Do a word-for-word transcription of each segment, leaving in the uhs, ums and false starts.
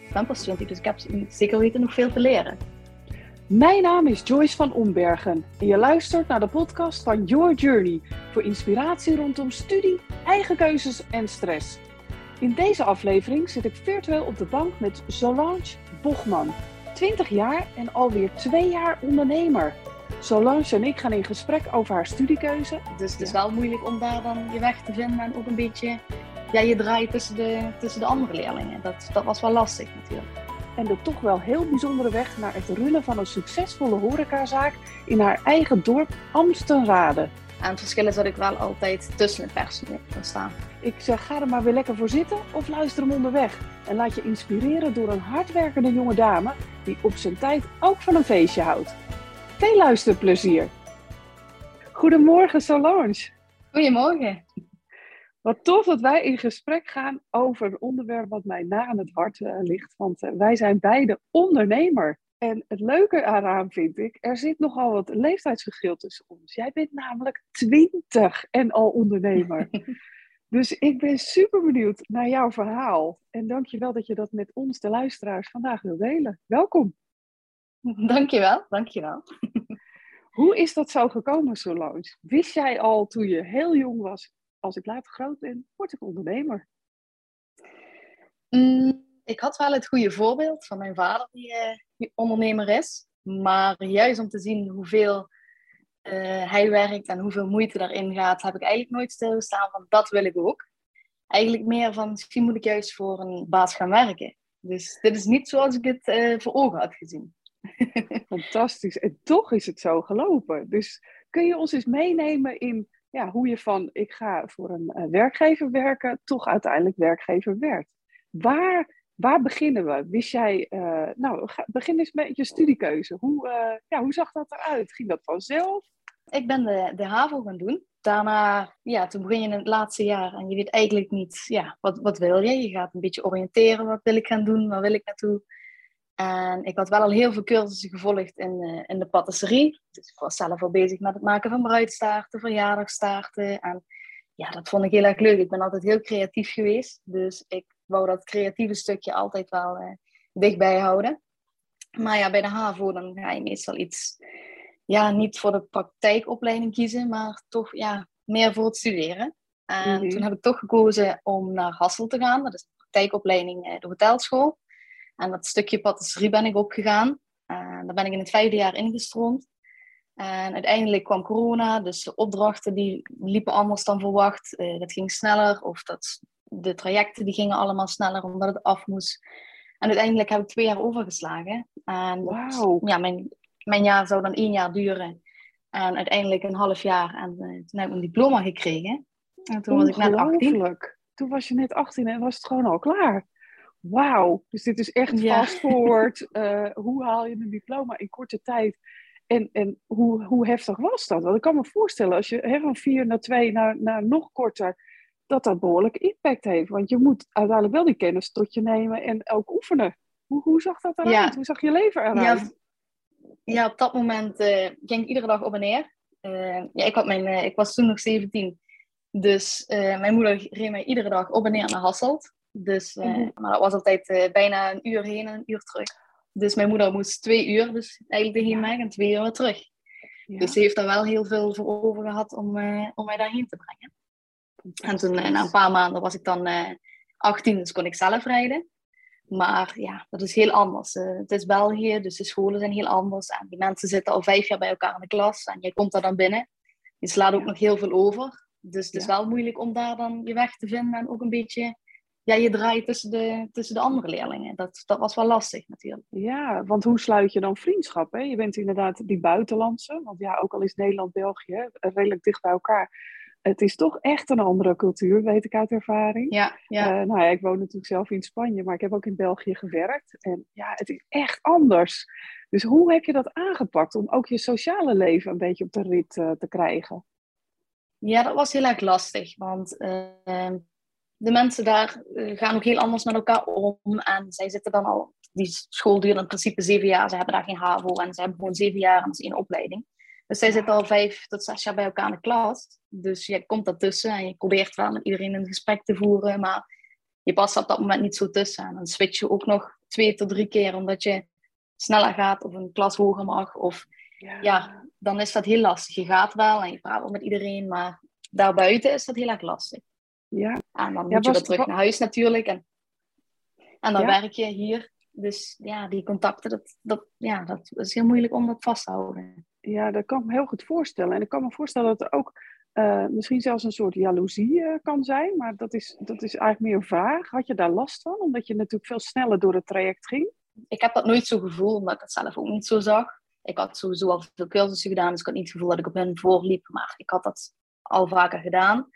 Ik ben pas twintig, dus ik heb zeker weten nog veel te leren. Mijn naam is Joyce van Ombergen en je luistert naar de podcast van Your Journey voor inspiratie rondom studie, eigen keuzes en stress. In deze aflevering zit ik virtueel op de bank met Solange Bochman, twintig jaar en alweer twee jaar ondernemer. Solange en ik gaan in gesprek over haar studiekeuze. Dus het is wel moeilijk om daar dan je weg te vinden en ook een beetje ja, je draait tussen de, tussen de andere leerlingen. Dat, dat was wel lastig natuurlijk. En de toch wel heel bijzondere weg naar het runnen van een succesvolle horecazaak in haar eigen dorp Amstenrade. En het verschil is dat ik wel altijd tussen het personeel kan staan. Ik zeg, ga er maar weer lekker voor zitten of luister hem onderweg. En laat je inspireren door een hardwerkende jonge dame die op zijn tijd ook van een feestje houdt. Veel luisterplezier. Goedemorgen Solange. Goedemorgen. Wat tof dat wij in gesprek gaan over een onderwerp wat mij na aan het hart uh, ligt. Want uh, wij zijn beide ondernemer. En het leuke eraan vind ik, er zit nogal wat leeftijdsverschil tussen ons. Jij bent namelijk twintig en al ondernemer. Dus ik ben super benieuwd naar jouw verhaal. En dank je wel dat je dat met ons, de luisteraars, vandaag wil delen. Welkom. Dankjewel, dankjewel. Hoe is dat zo gekomen, Solange? Wist jij al toen je heel jong was, als ik later groot ben, word ik ondernemer? Mm, ik had wel het goede voorbeeld van mijn vader die, uh, die ondernemer is. Maar juist om te zien hoeveel uh, hij werkt en hoeveel moeite daarin gaat, heb ik eigenlijk nooit stilgestaan van dat wil ik ook. Eigenlijk meer van misschien moet ik juist voor een baas gaan werken. Dus dit is niet zoals ik het uh, voor ogen had gezien. Fantastisch. En toch is het zo gelopen. Dus kun je ons eens meenemen in ja, hoe je van ik ga voor een uh, werkgever werken, toch uiteindelijk werkgever werd. Waar, waar beginnen we? Wist jij, uh, nou ga, begin eens met je studiekeuze. Hoe, uh, ja, hoe zag dat eruit? Ging dat vanzelf? Ik ben de, de HAVO gaan doen. Daarna, ja, toen begin je in het laatste jaar en je weet eigenlijk niet, ja, wat, wat wil je? Je gaat een beetje oriënteren, wat wil ik gaan doen, waar wil ik naartoe? En ik had wel al heel veel cursussen gevolgd in, uh, in de patisserie. Dus ik was zelf al bezig met het maken van bruidstaarten, verjaardagstaarten. En ja, dat vond ik heel erg leuk. Ik ben altijd heel creatief geweest. Dus ik wou dat creatieve stukje altijd wel uh, dichtbij houden. Maar ja, bij de HAVO dan ga je meestal iets, ja, niet voor de praktijkopleiding kiezen, maar toch ja, meer voor het studeren. En mm-hmm. Toen heb ik toch gekozen om naar Hasselt te gaan. Dat is de praktijkopleiding, uh, de hotelschool. En dat stukje patisserie ben ik opgegaan. En daar ben ik in het vijfde jaar ingestroomd. En uiteindelijk kwam corona, dus de opdrachten die liepen anders dan verwacht. Uh, dat ging sneller, of dat, de trajecten die gingen allemaal sneller omdat het af moest. En uiteindelijk heb ik twee jaar overgeslagen. En wow. ja, mijn, mijn jaar zou dan één jaar duren. En uiteindelijk een half jaar. En uh, toen heb ik mijn diploma gekregen. En toen was ik net achttien. Toen was je net achttien en was het gewoon al klaar. Wauw, dus dit is echt ja. fast forward. Uh, hoe haal je een diploma in korte tijd? En, en hoe, hoe heftig was dat? Want ik kan me voorstellen, als je he, van vier naar twee naar, naar nog korter, dat dat behoorlijk impact heeft. Want je moet uiteindelijk wel die kennis tot je nemen en ook oefenen. Hoe, hoe zag dat eruit? Ja. Hoe zag je leven eruit? Ja, ja op dat moment uh, ging ik iedere dag op en neer. Uh, ja, ik, had mijn, uh, ik was toen nog zeventien. Dus uh, mijn moeder reed mij iedere dag op en neer naar Hasselt. Dus, uh, mm-hmm. Maar dat was altijd uh, bijna een uur heen en een uur terug. Dus mijn moeder moest twee uur, dus eigenlijk de heenweg en twee uur weer terug. Ja. Dus ze heeft daar wel heel veel voor over gehad om, uh, om mij daarheen te brengen. En toen, uh, na een paar maanden, was ik dan uh, achttien, dus kon ik zelf rijden. Maar ja, dat is heel anders. Uh, het is België, dus de scholen zijn heel anders. En die mensen zitten al vijf jaar bij elkaar in de klas en jij komt daar dan binnen. Je slaat ook ja. nog heel veel over. Dus het is ja. wel moeilijk om daar dan je weg te vinden en ook een beetje... Ja, je draait tussen de, tussen de andere leerlingen. Dat, dat was wel lastig natuurlijk. Ja, want hoe sluit je dan vriendschap? Hè? Je bent inderdaad die buitenlandse. Want ja, ook al is Nederland, België redelijk dicht bij elkaar. Het is toch echt een andere cultuur, weet ik uit ervaring. Ja, ja. Uh, nou ja, ik woon natuurlijk zelf in Spanje, maar ik heb ook in België gewerkt. En ja, het is echt anders. Dus hoe heb je dat aangepakt om ook je sociale leven een beetje op de rit uh, te krijgen? Ja, dat was heel erg lastig. Want... Uh, De mensen daar uh, gaan ook heel anders met elkaar om. En zij zitten dan al... Die school duurt in principe zeven jaar. Ze hebben daar geen HAVO. En ze hebben gewoon zeven jaar en dat is één opleiding. Dus zij zitten al vijf tot zes jaar bij elkaar in de klas. Dus je komt daartussen. En je probeert wel met iedereen een gesprek te voeren. Maar je past op dat moment niet zo tussen. En dan switch je ook nog twee tot drie keer omdat je sneller gaat of een klas hoger mag. Of Ja. ja, dan is dat heel lastig. Je gaat wel en je praat wel met iedereen, maar daarbuiten is dat heel erg lastig. Ja. En dan Ja, moet je was- weer terug wa- naar huis natuurlijk. En, en dan Ja. werk je hier. Dus ja, die contacten, dat, dat, ja, dat is heel moeilijk om dat vast te houden. Ja, dat kan ik me heel goed voorstellen. En ik kan me voorstellen dat er ook eh, misschien zelfs een soort jaloezie eh, kan zijn. Maar dat is, dat is eigenlijk meer een vraag. Had je daar last van? Omdat je natuurlijk veel sneller door het traject ging. Ik heb dat nooit zo gevoeld, omdat ik dat zelf ook niet zo zag. Ik had sowieso al veel cursussen gedaan, dus ik had niet het gevoel dat ik op hen voorliep. Maar ik had dat al vaker gedaan.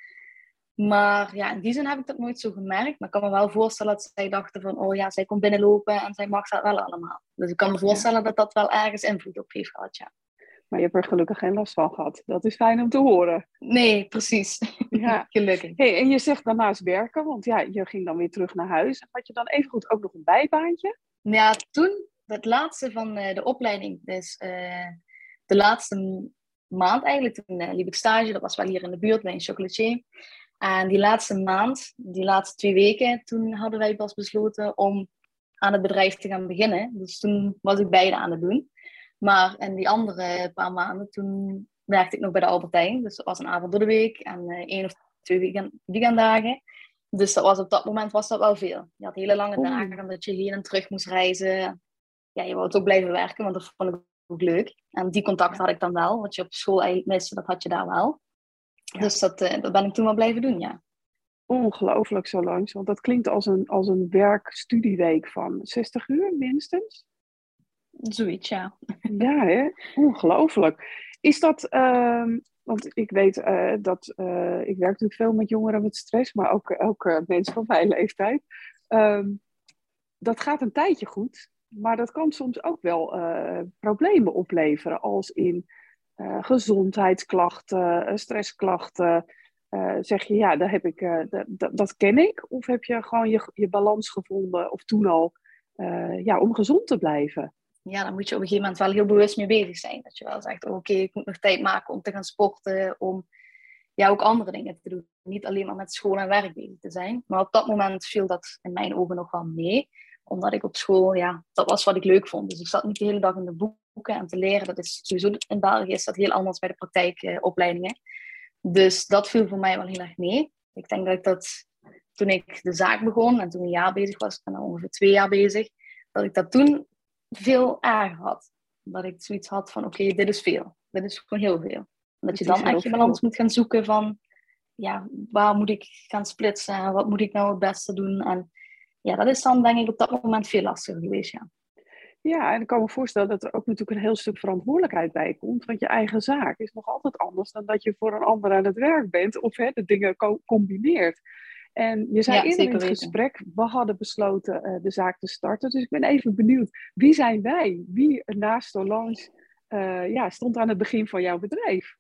Maar ja, in die zin heb ik dat nooit zo gemerkt. Maar ik kan me wel voorstellen dat zij dachten van, oh ja, zij komt binnenlopen en zij mag dat wel allemaal. Dus ik kan me voorstellen dat dat wel ergens invloed op heeft gehad, ja. Maar je hebt er gelukkig geen last van gehad. Dat is fijn om te horen. Nee, precies. Ja. Gelukkig. Hey, en je zegt daarnaast werken, want ja, je ging dan weer terug naar huis. Had je dan evengoed ook nog een bijbaantje? Ja, toen, het laatste van uh, de opleiding, dus uh, de laatste maand eigenlijk, toen uh, liep ik stage. Dat was wel hier in de buurt bij een chocolatier. En die laatste maand, die laatste twee weken, toen hadden wij pas besloten om aan het bedrijf te gaan beginnen. Dus toen was ik beide aan het doen. Maar in die andere paar maanden, toen werkte ik nog bij de Albert Heijn. Dus dat was een avond door de week en uh, één of twee weekend, weekenddagen. Dus dat was, op dat moment was dat wel veel. Je had hele lange Oeh. dagen, omdat je heen en terug moest reizen. Ja, je wou het ook blijven werken, want dat vond ik ook leuk. En die contact had ik dan wel. Wat je op school eigenlijk miste, dat had je daar wel. Ja. Dus dat, uh, dat ben ik toen wel blijven doen, ja. Ongelooflijk zo langs, want dat klinkt als een, als een werk-studieweek van zestig uur minstens. Zoiets, ja. Ja, hè? Ongelooflijk. Is dat, uh, want ik weet uh, dat, uh, ik werk natuurlijk veel met jongeren met stress, maar ook, ook uh, mensen van mijn leeftijd. Uh, dat gaat een tijdje goed, maar dat kan soms ook wel uh, problemen opleveren, als in uh, gezondheidsklachten, stressklachten. Uh, zeg je, ja, dat, heb ik, uh, dat, dat, dat ken ik. Of heb je gewoon je, je balans gevonden, of toen al, uh, ja, om gezond te blijven? Ja, dan moet je op een gegeven moment wel heel bewust mee bezig zijn. Dat je wel zegt, oké, okay, ik moet nog tijd maken om te gaan sporten, om ja, ook andere dingen te doen. Niet alleen maar met school en werk bezig te zijn. Maar op dat moment viel dat in mijn ogen nog wel mee. Omdat ik op school, ja, dat was wat ik leuk vond. Dus ik zat niet de hele dag in de boeken en te leren. Dat is sowieso, in België is dat heel anders bij de praktijkopleidingen. Dus dat viel voor mij wel heel erg mee. Ik denk dat ik dat, toen ik de zaak begon en toen een jaar bezig was, ik ben al ongeveer twee jaar bezig, dat ik dat toen veel erger had. Dat ik zoiets had van, oké, okay, dit is veel. Dit is gewoon heel veel. En dat je dan echt je balans moet gaan zoeken van, ja, waar moet ik gaan splitsen? Wat moet ik nou het beste doen? En ja, dat is dan denk ik op dat moment veel lastiger geweest, ja. Ja, en ik kan me voorstellen dat er ook natuurlijk een heel stuk verantwoordelijkheid bij komt. Want je eigen zaak is nog altijd anders dan dat je voor een ander aan het werk bent. Of hè, de dingen co- combineert. En je zei ja, eerder in het weten. gesprek, we hadden besloten uh, de zaak te starten. Dus ik ben even benieuwd, wie zijn wij? Wie naast Solange uh, ja, stond aan het begin van jouw bedrijf?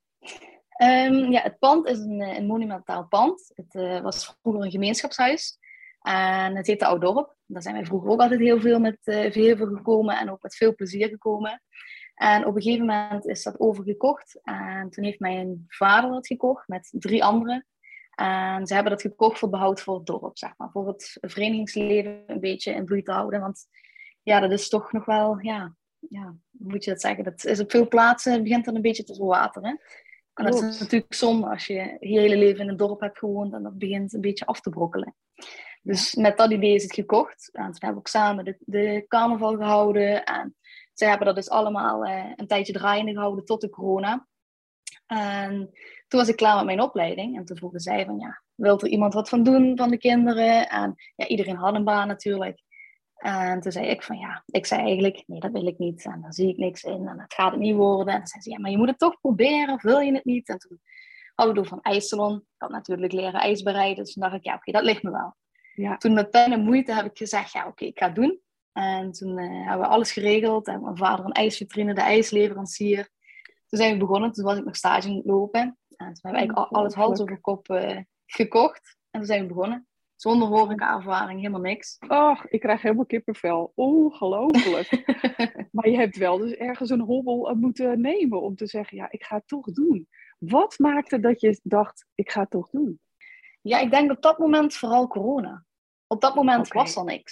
Um, ja, het pand is een, een monumentaal pand. Het uh, was vroeger een gemeenschapshuis. En het heette Oud-Dorp. Daar zijn wij vroeger ook altijd heel veel met uh, veel gekomen en ook met veel plezier gekomen. En op een gegeven moment is dat overgekocht. En toen heeft mijn vader dat gekocht met drie anderen. En ze hebben dat gekocht voor het behoud voor het dorp, zeg maar. Voor het verenigingsleven een beetje in bloei te houden. Want ja, dat is toch nog wel, ja, ja hoe moet je dat zeggen? Dat is op veel plaatsen, begint dan een beetje te verwateren. En dat is natuurlijk zonde als je je hele leven in een dorp hebt gewoond en dat begint een beetje af te brokkelen. Dus ja. Met dat idee is het gekocht. En toen hebben we ook samen de, de carnaval gehouden. En ze hebben dat dus allemaal uh, een tijdje draaiende gehouden tot de corona. En toen was ik klaar met mijn opleiding. En toen vroegen zij van, ja, wil er iemand wat van doen van de kinderen? En ja, iedereen had een baan natuurlijk. En toen zei ik van, ja, ik zei eigenlijk, nee, dat wil ik niet. En daar zie ik niks in. En dat gaat het niet worden. En toen zei ze, ja, maar je moet het toch proberen. Of wil je het niet? En toen hadden we door van ijssalon. Ik had natuurlijk leren ijs bereiden. Dus toen dacht ik, ja, oké, okay, dat ligt me wel. Ja. Toen met pijn en moeite heb ik gezegd, ja, oké, okay, ik ga het doen. En toen uh, hebben we alles geregeld. En mijn vader een ijsvitrine, de ijsleverancier. Toen zijn we begonnen. Toen was ik nog stage aan het lopen. En toen hebben we eigenlijk alles hals over kop uh, gekocht. En toen zijn we begonnen. Zonder horeca-ervaring, helemaal niks. Ach, ik krijg helemaal kippenvel. Ongelooflijk. Maar je hebt wel dus ergens een hobbel moeten nemen om te zeggen, ja, ik ga het toch doen. Wat maakte dat je dacht, ik ga het toch doen? Ja, ik denk op dat moment vooral corona. Op dat moment okay. was er niks.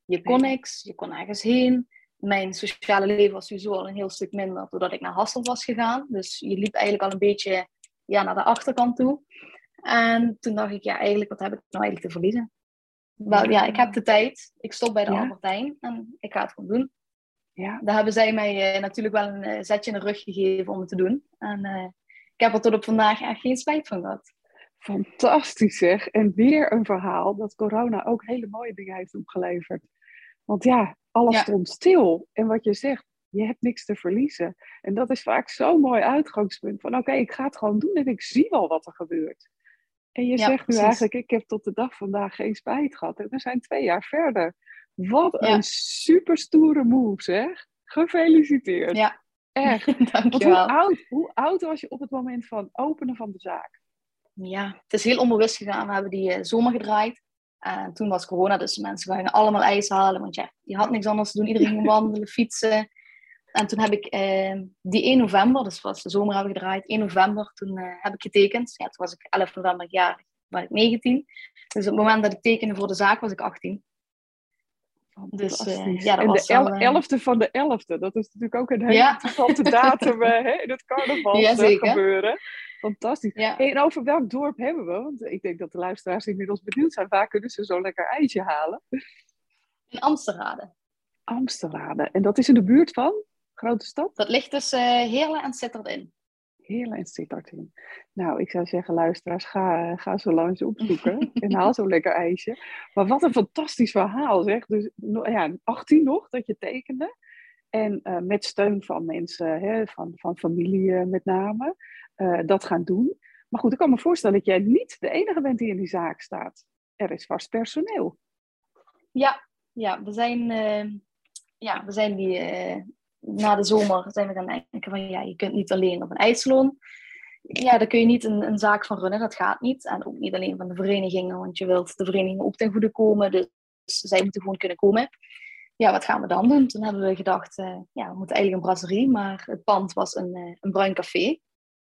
Je kon Nee. niks, je kon nergens heen. Mijn sociale leven was sowieso al een heel stuk minder doordat ik naar Hasselt was gegaan. Dus je liep eigenlijk al een beetje ja, naar de achterkant toe. En toen dacht ik, ja, eigenlijk, wat heb ik nou eigenlijk te verliezen? Wel, ja, ik heb de tijd. Ik stop bij de Ja. Albertijn en ik ga het gewoon doen. Ja. Daar hebben zij mij uh, natuurlijk wel een uh, zetje in de rug gegeven om het te doen. En uh, ik heb er tot op vandaag echt geen spijt van gehad. Fantastisch zeg. En weer een verhaal dat corona ook hele mooie dingen heeft opgeleverd. Want ja, alles ja. stond stil. En wat je zegt, je hebt niks te verliezen. En dat is vaak zo'n mooi uitgangspunt. Van oké, okay, ik ga het gewoon doen en ik zie wel wat er gebeurt. En je ja, zegt precies. nu eigenlijk, ik heb tot de dag vandaag geen spijt gehad. En we zijn twee jaar verder. Wat ja. een super stoere move zeg. Gefeliciteerd. Ja, echt. Dankjewel. Want hoe oud, hoe oud was je op het moment van openen van de zaak? Ja, het is heel onbewust gegaan. We hebben die uh, zomer gedraaid. En uh, toen was corona, dus mensen gingen allemaal ijs halen. Want ja, je had niks anders te doen. Iedereen ging wandelen, fietsen. En toen heb ik uh, die één november, dus was de zomer hebben we gedraaid. één november, toen uh, heb ik getekend. Ja, toen was ik elf november jaar, was ik negentien. Dus op het moment dat ik tekende voor de zaak was ik achttien. Dus uh, ja, dat en was de el- al, uh... elfde van de elfde, dat is natuurlijk ook een hele ja. interessante datum uh, hè, in het carnaval ja, gebeuren. Fantastisch. Ja. En over welk dorp hebben we? Want ik denk dat de luisteraars inmiddels benieuwd zijn. Waar kunnen ze zo lekker ijsje halen? In Amsterrade. Amsterrade. En dat is in de buurt van? Grote stad? Dat ligt tussen uh, Heerlen en Sittard in. Heerlen en Sittard in. Nou, ik zou zeggen, luisteraars, ga, ga zo langs opzoeken en haal zo lekker ijsje. Maar wat een fantastisch verhaal, zeg. Dus ja, achttien nog, dat je tekende. En uh, met steun van mensen, hè, van, van familie uh, met name, uh, dat gaan doen. Maar goed, ik kan me voorstellen dat jij niet de enige bent die in die zaak staat. Er is vast personeel. Ja, ja we zijn, uh, ja, we zijn die... Uh... Na de zomer zijn we gaan denken van ja, je kunt niet alleen op een ijssalon. Ja, daar kun je niet een, een zaak van runnen, dat gaat niet. En ook niet alleen van de verenigingen, want je wilt de verenigingen ook ten goede komen. Dus zij moeten gewoon kunnen komen. Ja, wat gaan we dan doen? Toen hebben we gedacht, uh, ja, we moeten eigenlijk een brasserie. Maar het pand was een, uh, een bruin café.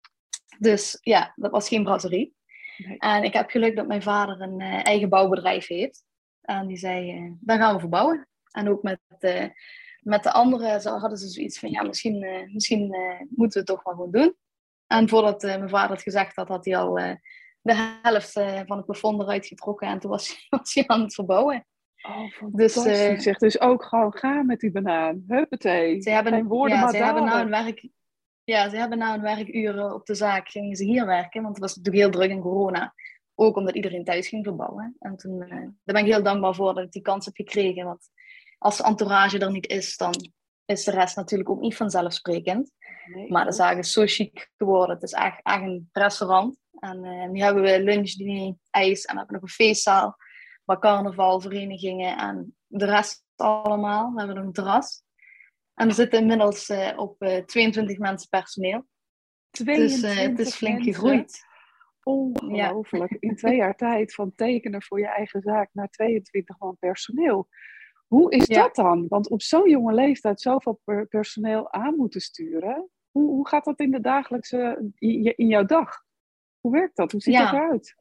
Dus ja, dat was geen brasserie. Nee. En ik heb geluk dat mijn vader een uh, eigen bouwbedrijf heeft. En die zei, uh, daar gaan we voor bouwen. En ook met... Uh, Met de anderen hadden ze zoiets van, ja, misschien, uh, misschien uh, moeten we het toch maar gewoon doen. En voordat uh, mijn vader het gezegd had, had hij al uh, de helft uh, van het plafond eruit getrokken. En toen was, was hij aan het verbouwen. Oh, fantastisch. Dus, uh, zeg, dus ook gewoon gaan met die banaan. Huppatee. Ze hebben, Geen woorden, ja, maar ze hebben nou een werk, ja, ze hebben nou een werkuren op de zaak. Gingen ze hier werken, want het was natuurlijk heel druk in corona. Ook omdat iedereen thuis ging verbouwen. En toen uh, daar ben ik heel dankbaar voor dat ik die kans heb gekregen. Want als de entourage er niet is, dan is de rest natuurlijk ook niet vanzelfsprekend. Nee, maar de zaak is zo chic geworden. Het is echt, echt een restaurant. En uh, nu hebben we lunch, diner, ijs. En we hebben nog een feestzaal. Waar carnaval, verenigingen en de rest allemaal. We hebben nog een terras. En we zitten inmiddels uh, op uh, tweeëntwintig mensen personeel. tweeëntwintig dus uh, het is flink mensen. gegroeid. Ongelooflijk. Ja. In twee jaar tijd van tekenen voor je eigen zaak naar tweeëntwintig man personeel. Hoe is ja. dat dan? Want op zo'n jonge leeftijd zoveel per personeel aan moeten sturen. Hoe, hoe gaat dat in de dagelijkse, in, in jouw dag? Hoe werkt dat? Hoe ziet ja. dat eruit?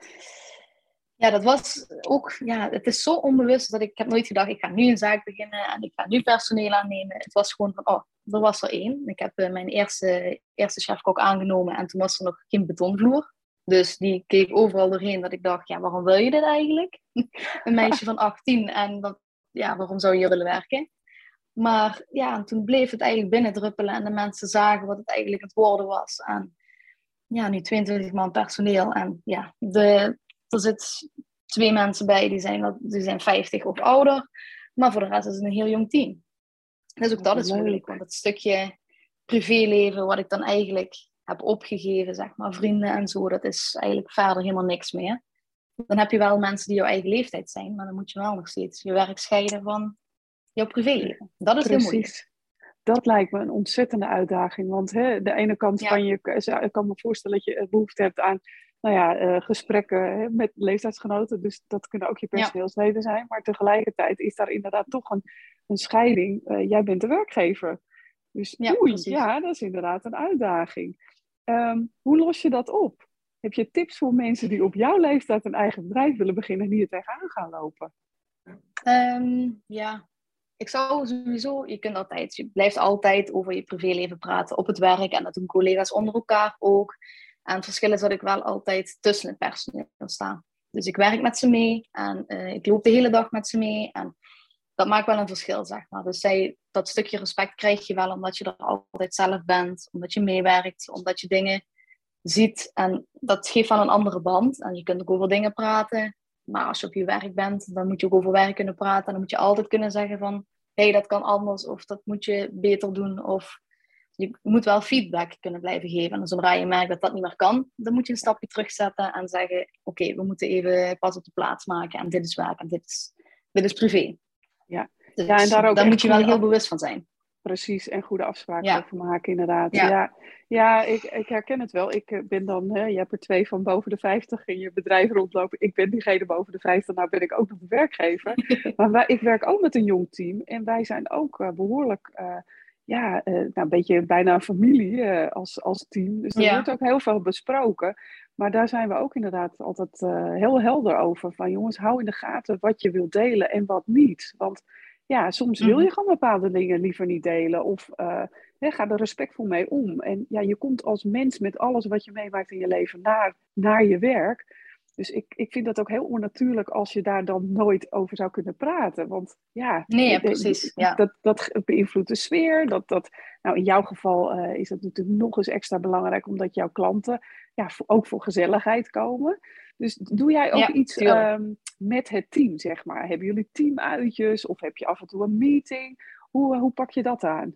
Ja, dat was ook, ja, het is zo onbewust dat ik, ik heb nooit gedacht, ik ga nu een zaak beginnen en ik ga nu personeel aannemen. Het was gewoon van, oh, er was er één. Ik heb uh, mijn eerste, eerste chefkok aangenomen en toen was er nog geen betonvloer. Dus die keek overal doorheen dat ik dacht, ja, waarom wil je dit eigenlijk? Een meisje van achttien en dat, ja, waarom zou je hier willen werken? Maar ja, en toen bleef het eigenlijk binnendruppelen en de mensen zagen wat het eigenlijk het worden was. En ja, nu tweeëntwintig man personeel en ja, de... Er zitten twee mensen bij, die zijn, die zijn vijftig of ouder. Maar voor de rest is het een heel jong team. Dus ook dat is moeilijk. Want het stukje privéleven, wat ik dan eigenlijk heb opgegeven, zeg maar, vrienden en zo, dat is eigenlijk verder helemaal niks meer. Dan heb je wel mensen die jouw eigen leeftijd zijn, maar dan moet je wel nog steeds je werk scheiden van jouw privéleven. Dat is Precies. heel moeilijk. Dat lijkt me een ontzettende uitdaging. Want hè, de ene kant ja. kan je, ik kan me voorstellen dat je behoefte hebt aan nou ja, uh, gesprekken hè, met leeftijdsgenoten. Dus dat kunnen ook je personeelsleden zijn. Maar tegelijkertijd is daar inderdaad toch een, een scheiding. Uh, jij bent de werkgever. Dus ja, oei, ja, dat is inderdaad een uitdaging. Um, hoe los je dat op? Heb je tips voor mensen die op jouw leeftijd een eigen bedrijf willen beginnen en die er tegenaan gaan lopen? Um, ja, ik zou sowieso, je kunt altijd, je blijft altijd over je privéleven praten op het werk. En dat doen collega's onder elkaar ook. En het verschil is dat ik wel altijd tussen het personeel sta. Dus ik werk met ze mee en uh, ik loop de hele dag met ze mee. En dat maakt wel een verschil, zeg maar. Dus zij, dat stukje respect krijg je wel omdat je er altijd zelf bent. Omdat je meewerkt, omdat je dingen ziet. En dat geeft wel een andere band. En je kunt ook over dingen praten. Maar als je op je werk bent, dan moet je ook over werk kunnen praten. En dan moet je altijd kunnen zeggen van... Hé, hey, dat kan anders. Of dat moet je beter doen. Of je moet wel feedback kunnen blijven geven. En zodra je merkt dat dat niet meer kan... Dan moet je een stapje terugzetten en zeggen... Oké, okay, we moeten even pas op de plaats maken. En dit is werk en dit is, dit is privé. Ja, Dus ja en daar ook daar moet je wel goede... heel bewust van zijn. Precies, en goede afspraken Ja. over maken, inderdaad. Ja, ja, ja ik, ik herken het wel. Ik ben dan, hè, je hebt er twee van boven de vijftig in je bedrijf rondlopen. Ik ben diegene boven de vijftig, nou ben ik ook nog de werkgever. Maar wij, ik werk ook met een jong team en wij zijn ook uh, behoorlijk, uh, ja, uh, nou, een beetje bijna een familie uh, als, als team. Dus er ja. wordt ook heel veel besproken. Maar daar zijn we ook inderdaad altijd uh, heel helder over. Van jongens, hou in de gaten wat je wilt delen en wat niet. Want ja, soms wil je gewoon bepaalde dingen liever niet delen. Of uh, hè, ga er respectvol mee om. En ja, je komt als mens met alles wat je meemaakt in je leven naar, naar je werk. Dus ik, ik vind dat ook heel onnatuurlijk als je daar dan nooit over zou kunnen praten. Want ja, Nee, ja, de, precies. Ja. Dat, dat beïnvloedt de sfeer. Dat, dat, nou, in jouw geval uh, is dat natuurlijk nog eens extra belangrijk. Omdat jouw klanten ja, voor, ook voor gezelligheid komen. Dus doe jij ook Ja, iets um, met het team, zeg maar? Hebben jullie teamuitjes of heb je af en toe een meeting? Hoe, hoe pak je dat aan?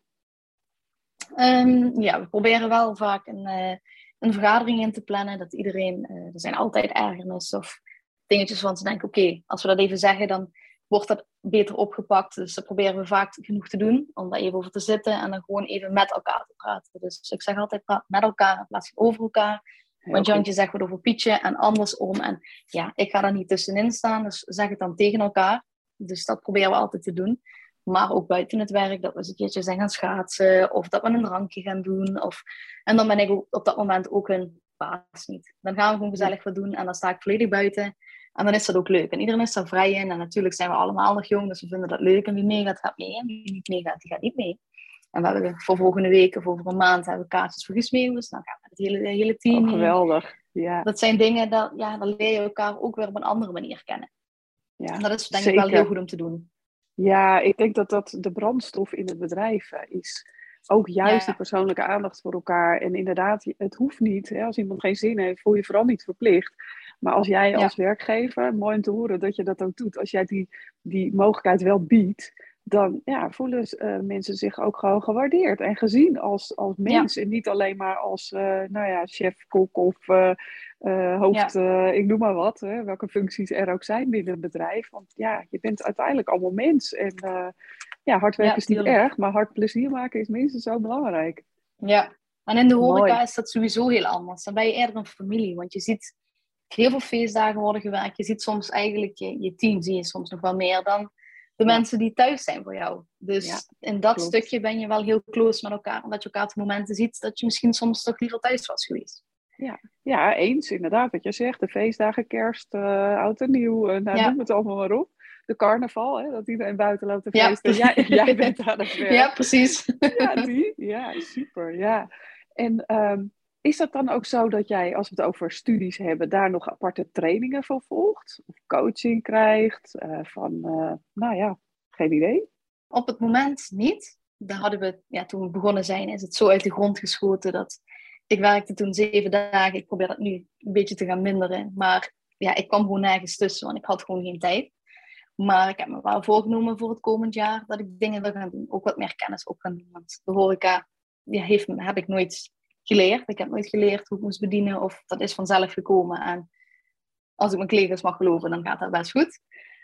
Um, ja, we proberen wel vaak een, uh, een vergadering in te plannen. Dat iedereen, uh, er zijn altijd ergernis of dingetjes van te denken, oké, okay, als we dat even zeggen, dan wordt dat beter opgepakt. Dus dat proberen we vaak genoeg te doen, om daar even over te zitten en dan gewoon even met elkaar te praten. Dus ik zeg altijd, praat met elkaar in plaats van over elkaar. Heel Want Jantje zegt wat over Pietje en andersom. En ja, ik ga daar niet tussenin staan, dus zeg het dan tegen elkaar. Dus dat proberen we altijd te doen. Maar ook buiten het werk, dat we eens een keertje zijn gaan schaatsen. Of dat we een drankje gaan doen. Of... En dan ben ik ook op dat moment ook hun baas niet. Dan gaan we gewoon gezellig wat doen. En dan sta ik volledig buiten. En dan is dat ook leuk. En iedereen is daar vrij in. En natuurlijk zijn we allemaal nog jong. Dus we vinden dat leuk. En wie meegaat, gaat mee. En wie niet meegaat, die gaat niet mee. En we hebben voor volgende week of over een maand hebben we kaartjes voor Gesmeeuwers. Dan gaan we het hele, hele team. Oh, geweldig. Ja. Dat zijn dingen, dat, ja, dan leer je elkaar ook weer op een andere manier kennen. Ja, en dat is denk zeker. ik wel heel goed om te doen. Ja, ik denk dat dat de brandstof in het bedrijf is. Ook juist Ja. die persoonlijke aandacht voor elkaar. En inderdaad, het hoeft niet. Hè? Als iemand geen zin heeft, voel je vooral niet verplicht. Maar als jij als ja. werkgever, mooi om te horen dat je dat ook doet. Als jij die, die mogelijkheid wel biedt, dan ja, voelen uh, mensen zich ook gewoon gewaardeerd en gezien als, als mens. Ja. En niet alleen maar als uh, nou ja, chef, kok of uh, uh, hoofd, ja. uh, ik noem maar wat. Hè, welke functies er ook zijn binnen een bedrijf. Want ja, je bent uiteindelijk allemaal mens. En uh, ja, hard werken ja, is niet tuurlijk. erg, maar hard plezier maken is minstens zo belangrijk. Ja, en in de horeca Mooi. is dat sowieso heel anders. Dan ben je eerder een familie, want je ziet heel veel feestdagen worden gewerkt. Je ziet soms eigenlijk je, je team, zie je soms nog wel meer dan de ja. mensen die thuis zijn voor jou. Dus ja, in dat klopt. stukje ben je wel heel close met elkaar. Omdat je elkaar op momenten ziet dat je misschien soms toch liever thuis was geweest. Ja, ja eens inderdaad wat je zegt. De feestdagen, kerst, uh, oud en nieuw, uh, nou, ja. noem het allemaal maar op. De carnaval, hè, dat iedereen buiten loopt te feesten. Ja. Jij, jij bent aan het werk. Ja, precies. Ja, die? Ja, super. Ja. En um, is dat dan ook zo dat jij, als we het over studies hebben, daar nog aparte trainingen voor volgt? Of coaching krijgt? Uh, van, uh, nou ja, geen idee. Op het moment niet. Daar hadden we, ja, toen we begonnen zijn, is het zo uit de grond geschoten dat ik werkte toen zeven dagen. Ik probeer dat nu een beetje te gaan minderen. Maar ja, ik kwam gewoon nergens tussen, want ik had gewoon geen tijd. Maar ik heb me wel voorgenomen voor het komend jaar dat ik dingen wil gaan doen. Ook wat meer kennis op gaan doen. Want de horeca ja, heeft, heb ik nooit geleerd. Ik heb nooit geleerd hoe ik moest bedienen. Of dat is vanzelf gekomen. En als ik mijn collega's mag geloven, dan gaat dat best goed.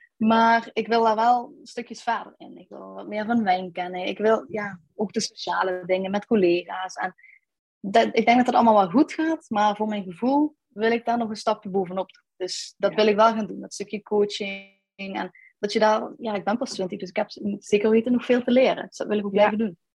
Maar ik wil daar wel stukjes verder in. Ik wil wat meer van wijn kennen. Ik wil ja, ook de sociale dingen met collega's. En dat, ik denk dat het allemaal wel goed gaat. Maar voor mijn gevoel wil ik daar nog een stapje bovenop doen. Dus dat ja. wil ik wel gaan doen. Dat stukje coaching. En dat je daar... Ja, ik ben pas twintig, dus ik heb zeker weten nog veel te leren. Dus dat wil ik ook ja. blijven doen.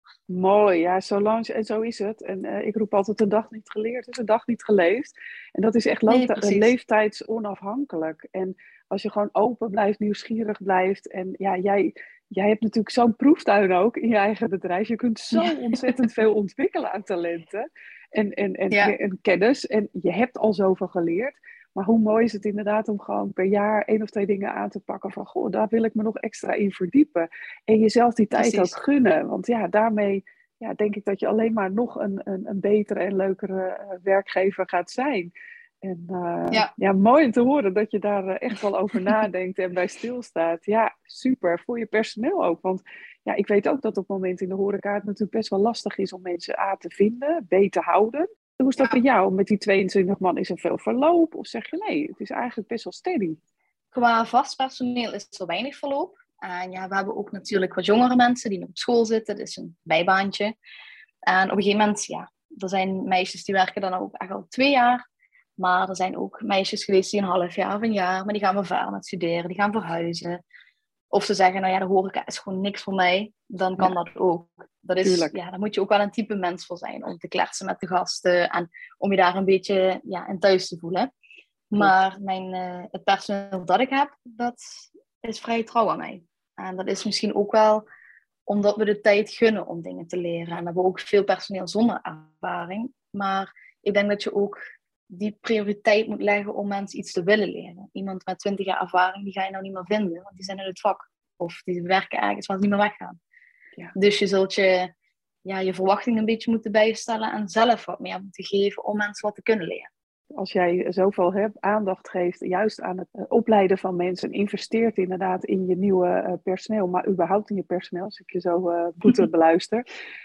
Mooi, ja, Solange, en zo is het. En uh, ik roep altijd een dag niet geleerd is een dag niet geleefd. En dat is echt Nee, loopti- uh, precies. leeftijdsonafhankelijk. En als je gewoon open blijft, nieuwsgierig blijft. En ja, jij, jij hebt natuurlijk zo'n proeftuin ook in je eigen bedrijf. Je kunt zo Ja, ontzettend veel ontwikkelen aan talenten en, en, en, ja, en kennis. En je hebt al zoveel geleerd. Maar hoe mooi is het inderdaad om gewoon per jaar één of twee dingen aan te pakken. Van, goh, daar wil ik me nog extra in verdiepen. En jezelf die tijd ook precies. gunnen. Want ja, daarmee ja, denk ik dat je alleen maar nog een, een, een betere en leukere uh, werkgever gaat zijn. En uh, Ja. ja, mooi om te horen dat je daar uh, echt wel over nadenkt en bij stilstaat. Ja, super. Voor je personeel ook. Want ja, ik weet ook dat op het moment in de horeca het natuurlijk best wel lastig is om mensen A te vinden, B te houden. Hoe is dat bij Ja. jou? Met die tweeëntwintig man, is er veel verloop? Of zeg je nee, het is eigenlijk best wel steady? Qua vast personeel is er weinig verloop. En ja, we hebben ook natuurlijk wat jongere mensen die nog op school zitten. Dat is een bijbaantje. En op een gegeven moment, ja, er zijn meisjes die werken dan ook echt al twee jaar. Maar er zijn ook meisjes geweest die een half jaar of een jaar, maar die gaan weer verder met studeren, die gaan verhuizen. Of ze zeggen, nou ja, de horeca is gewoon niks voor mij. Dan kan Ja, dat ook. Dat is, tuurlijk. ja, daar moet je ook wel een type mens voor zijn om te kletsen met de gasten en om je daar een beetje ja, in thuis te voelen. Klopt. Maar mijn, uh, het personeel dat ik heb, dat is vrij trouw aan mij. En dat is misschien ook wel omdat we de tijd gunnen om dingen te leren. En we hebben ook veel personeel zonder ervaring. Maar ik denk dat je ook die prioriteit moet leggen om mensen iets te willen leren. Iemand met twintig jaar ervaring, die ga je nou niet meer vinden, want die zijn in het vak. Of die werken ergens waar ze niet meer weggaan. Ja. Dus je zult je, ja, je verwachtingen een beetje moeten bijstellen en zelf wat meer moeten geven om mensen wat te kunnen leren. Als jij zoveel hebt, aandacht geeft juist aan het opleiden van mensen, investeert inderdaad in je nieuwe uh, personeel, maar überhaupt in je personeel, als ik je zo uh, goed beluister.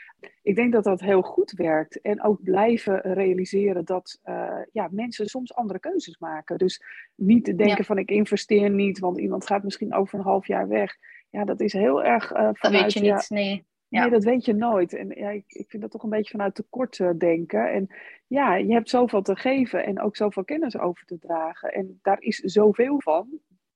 Ik denk dat dat heel goed werkt. En ook blijven realiseren dat uh, ja, mensen soms andere keuzes maken. Dus niet te denken Ja. van ik investeer niet, want iemand gaat misschien over een half jaar weg. Ja, dat is heel erg uh, vanuit... Dat weet je ja, niet, nee. Ja. Nee, dat weet je nooit. En ja, ik, ik vind dat toch een beetje vanuit tekort uh, denken. En ja, je hebt zoveel te geven en ook zoveel kennis over te dragen. En daar is zoveel van.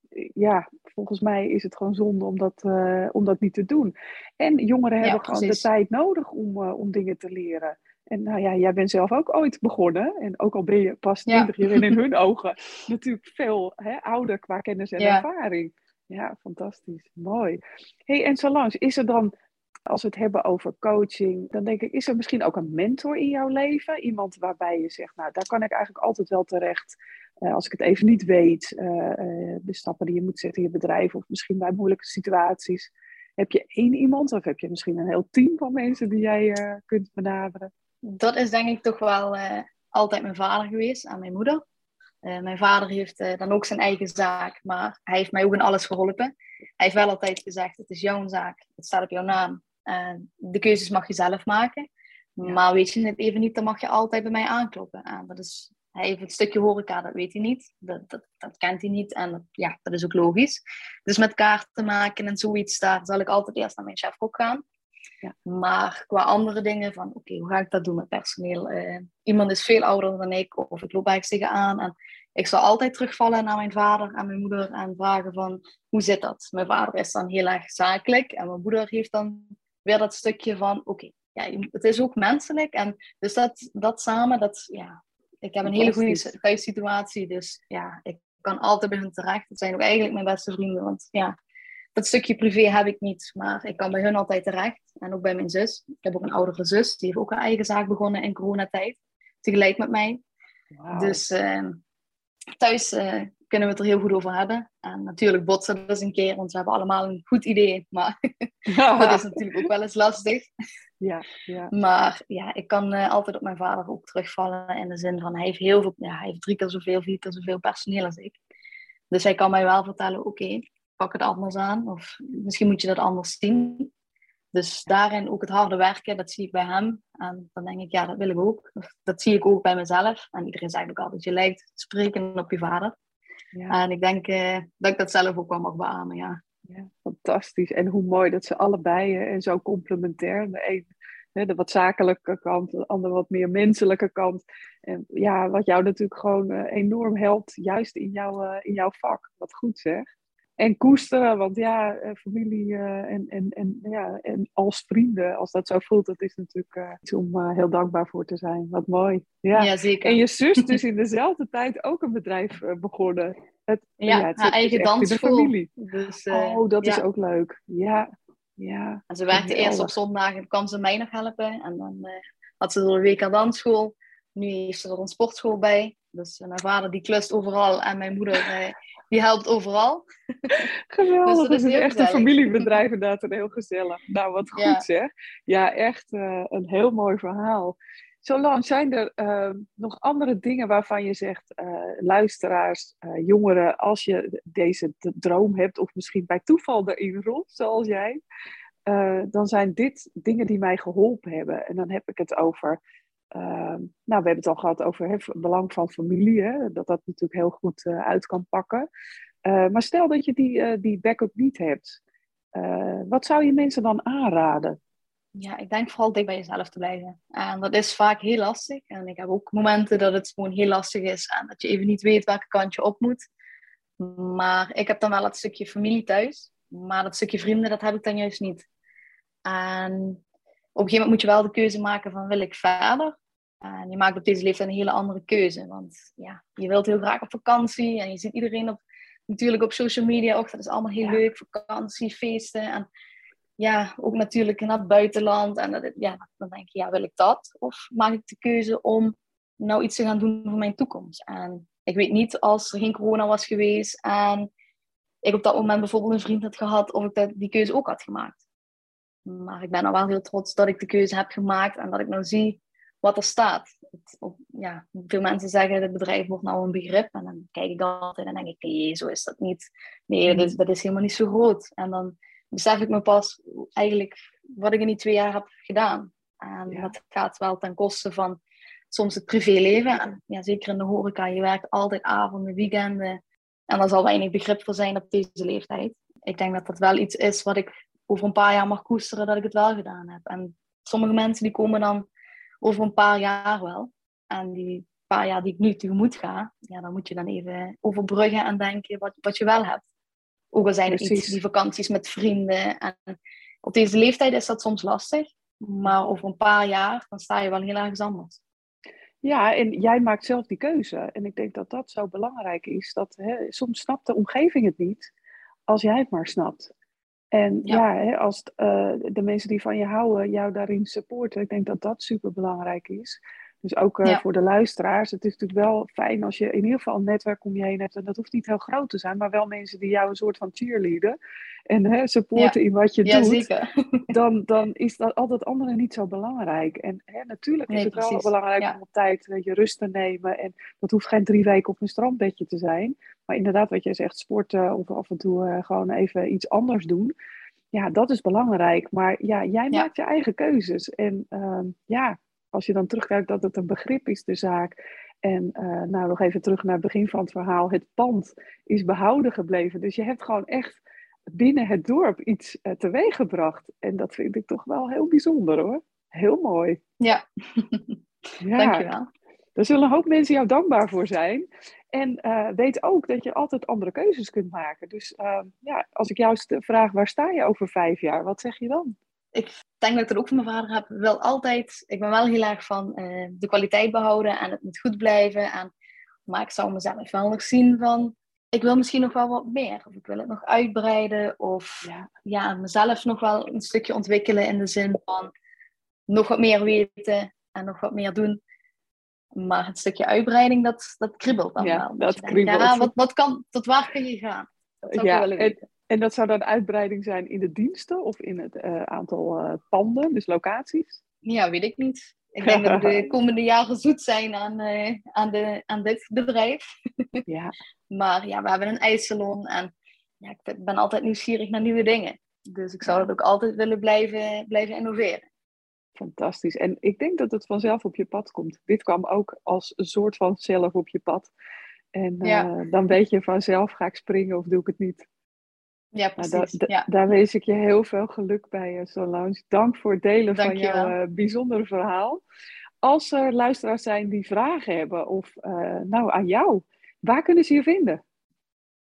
Ja, volgens mij is het gewoon zonde om dat, uh, om dat niet te doen. En jongeren Ja, hebben gewoon de precies. tijd nodig om, uh, om dingen te leren. En nou ja, jij bent zelf ook ooit begonnen. En ook al ben je pas twintig, Ja. je bent in hun ogen natuurlijk veel hè, ouder qua kennis en Ja. ervaring. Ja, fantastisch. Mooi. Hey, en Solange, is er dan, als we het hebben over coaching, dan denk ik, is er misschien ook een mentor in jouw leven? Iemand waarbij je zegt, nou, daar kan ik eigenlijk altijd wel terecht. Uh, als ik het even niet weet, uh, uh, de stappen die je moet zetten in je bedrijf, of misschien bij moeilijke situaties. Heb je één iemand, of heb je misschien een heel team van mensen die jij uh, kunt benaderen? Dat is denk ik toch wel uh, altijd mijn vader geweest en mijn moeder. Uh, mijn vader heeft uh, dan ook zijn eigen zaak, maar hij heeft mij ook in alles geholpen. Hij heeft wel altijd gezegd, het is jouw zaak, het staat op jouw naam. Uh, de keuzes mag je zelf maken. Ja. Maar weet je het even niet, dan mag je altijd bij mij aankloppen. En dat is, hij heeft het stukje horeca, dat weet hij niet. Dat, dat, dat kent hij niet en dat, ja, dat is ook logisch. Dus met kaarten maken en zoiets, daar zal ik altijd eerst naar mijn chef-kok gaan. Ja. Maar qua andere dingen, van oké, okay, hoe ga ik dat doen met personeel? Uh, iemand is veel ouder dan ik, of ik loop ergens tegenaan. En ik zal altijd terugvallen naar mijn vader en mijn moeder en vragen van, hoe zit dat? Mijn vader is dan heel erg zakelijk en mijn moeder heeft dan weer dat stukje van, oké, okay, ja, het is ook menselijk. En dus dat, dat samen, dat, ja, ik heb een hele goede thuissituatie, dus ja, ik kan altijd bij hun terecht. Het zijn ook eigenlijk mijn beste vrienden, want ja, dat stukje privé heb ik niet, maar ik kan bij hun altijd terecht. En ook bij mijn zus. Ik heb ook een oudere zus, die heeft ook een eigen zaak begonnen in coronatijd. Tegelijk met mij. Wow. Dus uh, thuis uh, kunnen we het er heel goed over hebben. En natuurlijk botsen we eens een keer, want we hebben allemaal een goed idee. Maar dat is natuurlijk ook wel eens lastig. Ja, ja. Maar ja, ik kan uh, altijd op mijn vader ook terugvallen. In de zin van, hij heeft heel veel, ja, hij heeft drie keer zoveel, vier keer zoveel personeel als ik. Dus hij kan mij wel vertellen, oké, okay, pak het anders aan. Of misschien moet je dat anders zien. Dus daarin ook het harde werken, dat zie ik bij hem. En dan denk ik, ja, dat wil ik ook. Dat zie ik ook bij mezelf. En iedereen zegt ook altijd, je lijkt spreken op je vader. Ja. En ik denk uh, dat ik dat zelf ook wel mag beamen, ja. Ja, fantastisch. En hoe mooi dat ze allebei uh, en zo complementair. De een hè, de wat zakelijke kant, de ander wat meer menselijke kant. En ja, wat jou natuurlijk gewoon uh, enorm helpt, juist in, jou, uh, in jouw vak. Wat goed zeg. En koesteren, want ja, eh, familie eh, en, en, en, ja, en als vrienden, als dat zo voelt, dat is natuurlijk eh, iets om uh, heel dankbaar voor te zijn. Wat mooi. Ja. Ja, En zeker. je zus dus in dezelfde tijd ook een bedrijf uh, begonnen. Het, ja, Ja, het haar zit dus eigen echt in de dansschool. familie. Dus uh, Oh, dat is ja. ook leuk. Ja, ja, En ze werkte eerst op geweldig. zondagen, kwam ze mij nog helpen. En dan uh, had ze er een week aan dansschool. Nu heeft ze er een sportschool bij. Dus uh, mijn vader die klust overal en mijn moeder uh, die helpt overal. Dus Geweldig, dat het is is heel echt een gezellig. familiebedrijf inderdaad en heel gezellig. Nou, wat goed Ja. zeg. Ja, echt uh, een heel mooi verhaal. Solange, zijn er uh, nog andere dingen waarvan je zegt, uh, luisteraars, uh, jongeren, als je deze droom hebt of misschien bij toeval erin rolt, zoals jij, uh, dan zijn dit dingen die mij geholpen hebben. En dan heb ik het over, uh, nou we hebben het al gehad over het belang van familie, hè, dat dat natuurlijk heel goed uh, uit kan pakken. Uh, maar stel dat je die, uh, die backup niet hebt. Uh, wat zou je mensen dan aanraden? Ja, ik denk vooral dicht bij jezelf te blijven. En dat is vaak heel lastig. En ik heb ook momenten dat het gewoon heel lastig is. En dat je even niet weet welke kant je op moet. Maar ik heb dan wel het stukje familie thuis. Maar dat stukje vrienden, dat heb ik dan juist niet. En op een gegeven moment moet je wel de keuze maken van wil ik verder? En je maakt op deze leeftijd een hele andere keuze. Want ja, je wilt heel graag op vakantie. En je ziet iedereen op, natuurlijk op social media ook. Dat is allemaal heel Ja. leuk. Vakantie, feesten. En ja, ook natuurlijk naar het buitenland. En dat, ja, dan denk je, ja, wil ik dat? Of maak ik de keuze om nou iets te gaan doen voor mijn toekomst? En ik weet niet, als er geen corona was geweest en ik op dat moment bijvoorbeeld een vriend had gehad, of ik dat, die keuze ook had gemaakt. Maar ik ben nou wel heel trots dat ik de keuze heb gemaakt en dat ik nou zie wat er staat. Het, op, ja, veel mensen zeggen, het bedrijf wordt nou een begrip. En dan kijk ik altijd en denk ik, nee, zo is dat niet. Nee, dat is, dat is helemaal niet zo groot. En dan besef ik me pas eigenlijk wat ik in die twee jaar heb gedaan. En Ja. dat gaat wel ten koste van soms het privéleven. En ja, zeker in de horeca, je werkt altijd avonden, weekenden. En daar zal weinig begrip voor zijn op deze leeftijd. Ik denk dat dat wel iets is wat ik over een paar jaar mag koesteren, dat ik het wel gedaan heb. En sommige mensen die komen dan over een paar jaar wel. En die paar jaar die ik nu tegemoet ga, ja, dan moet je dan even overbruggen en denken wat, wat je wel hebt. Ook al zijn het Precies. niet die vakanties met vrienden. En op deze leeftijd is dat soms lastig. Maar over een paar jaar, dan sta je wel heel ergens anders. Ja, en jij maakt zelf die keuze. En ik denk dat dat zo belangrijk is. Dat, hè, soms snapt de omgeving het niet, als jij het maar snapt. En ja, ja hè, als uh, de mensen die van je houden jou daarin supporten, ik denk dat dat super belangrijk is. Dus ook uh, Ja. voor de luisteraars, het is natuurlijk wel fijn als je in ieder geval een netwerk om je heen hebt. En dat hoeft niet heel groot te zijn, maar wel mensen die jou een soort van cheerleaden en hè, supporten Ja. in wat je Ja, doet. zeker. Dan, dan is dat al dat andere niet zo belangrijk. En hè, natuurlijk is Nee, het wel precies. belangrijk Ja. om op tijd uh, je rust te nemen. En dat hoeft geen drie weken op een strandbedje te zijn. Maar inderdaad, wat je zegt, sporten of af en toe uh, gewoon even iets anders doen. Ja, dat is belangrijk. Maar ja, jij Ja. maakt je eigen keuzes. En uh, ja, als je dan terugkijkt dat het een begrip is, de zaak. En uh, nou, nog even terug naar het begin van het verhaal. Het pand is behouden gebleven. Dus je hebt gewoon echt binnen het dorp iets uh, teweeggebracht. En dat vind ik toch wel heel bijzonder hoor. Heel mooi. Ja. Ja. Dankjewel. Daar zullen een hoop mensen jou dankbaar voor zijn. En uh, weet ook dat je altijd andere keuzes kunt maken. Dus uh, ja, als ik jou vraag, waar sta je over vijf jaar? Wat zeg je dan? Ik denk dat ik dat ook van mijn vader heb. Wel altijd, ik ben wel heel erg van uh, de kwaliteit behouden en het moet goed blijven. En, maar ik zou mezelf wel nog zien van, ik wil misschien nog wel wat meer. Of ik wil het nog uitbreiden. Of Ja, ja, mezelf nog wel een stukje ontwikkelen in de zin van nog wat meer weten en nog wat meer doen. Maar het stukje uitbreiding, dat, dat kriebelt dan ja wel. dat je kriebelt. Denkt, ja, wat, wat kan, tot waar kun je gaan? Dat zou ik ja, wel willen en, weten. en dat zou dan uitbreiding zijn in de diensten of in het uh, aantal uh, panden, dus locaties? Ja, weet ik niet. Ik denk dat we de komende jaren zoet zijn aan, uh, aan, de, aan dit bedrijf. Ja. Maar ja, we hebben een ijssalon en ja, ik ben altijd nieuwsgierig naar nieuwe dingen. Dus ik zou Ja. dat ook altijd willen blijven, blijven innoveren. Fantastisch. En ik denk dat het vanzelf op je pad komt. Dit kwam ook als een soort van zelf op je pad. En uh, Ja. dan weet je vanzelf, ga ik springen of doe ik het niet? Ja, precies. Nou, da, da, ja. Daar wens ik je heel veel geluk bij, uh, Solange. Dank voor het delen Dank van je jouw wel. uh, bijzondere verhaal. Als er luisteraars zijn die vragen hebben of uh, nou aan jou, waar kunnen ze je vinden?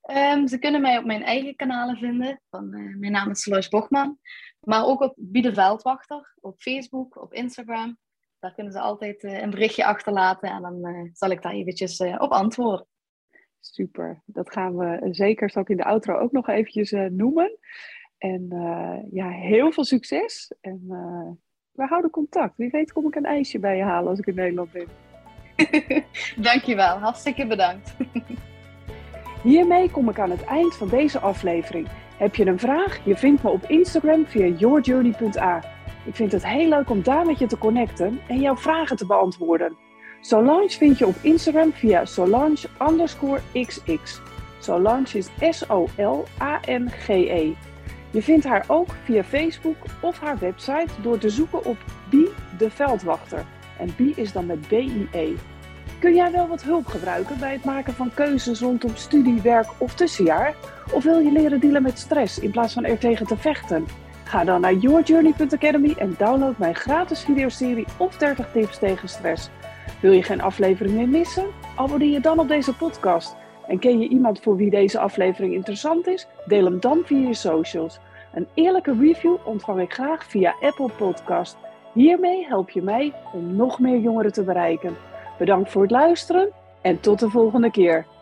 Um, ze kunnen mij op mijn eigen kanalen vinden. Van, uh, mijn naam is Lois Bochman. Maar ook op Bi de Veldwachter. Op Facebook, op Instagram. Daar kunnen ze altijd uh, een berichtje achterlaten. En dan uh, zal ik daar eventjes uh, op antwoorden. Super. Dat gaan we zeker straks in de outro ook nog eventjes uh, noemen. En uh, ja, heel veel succes. En uh, we houden contact. Wie weet kom ik een ijsje bij je halen als ik in Nederland ben. Dankjewel. Hartstikke bedankt. Hiermee kom ik aan het eind van deze aflevering. Heb je een vraag? Je vindt me op Instagram via yourjourney punt a. Ik vind het heel leuk om daar met je te connecten en jouw vragen te beantwoorden. Solange vind je op Instagram via Solange underscore xx. Solange is S O L A N G E. Je vindt haar ook via Facebook of haar website door te zoeken op Bi de Veldwachter. En Bi is dan met B I E. Kun jij wel wat hulp gebruiken bij het maken van keuzes rondom studie, werk of tussenjaar? Of wil je leren dealen met stress in plaats van er tegen te vechten? Ga dan naar yourjourney punt academy en download mijn gratis videoserie of dertig tips tegen stress. Wil je geen aflevering meer missen? Abonneer je dan op deze podcast. En ken je iemand voor wie deze aflevering interessant is? Deel hem dan via je socials. Een eerlijke review ontvang ik graag via Apple Podcast. Hiermee help je mij om nog meer jongeren te bereiken. Bedankt voor het luisteren en tot de volgende keer.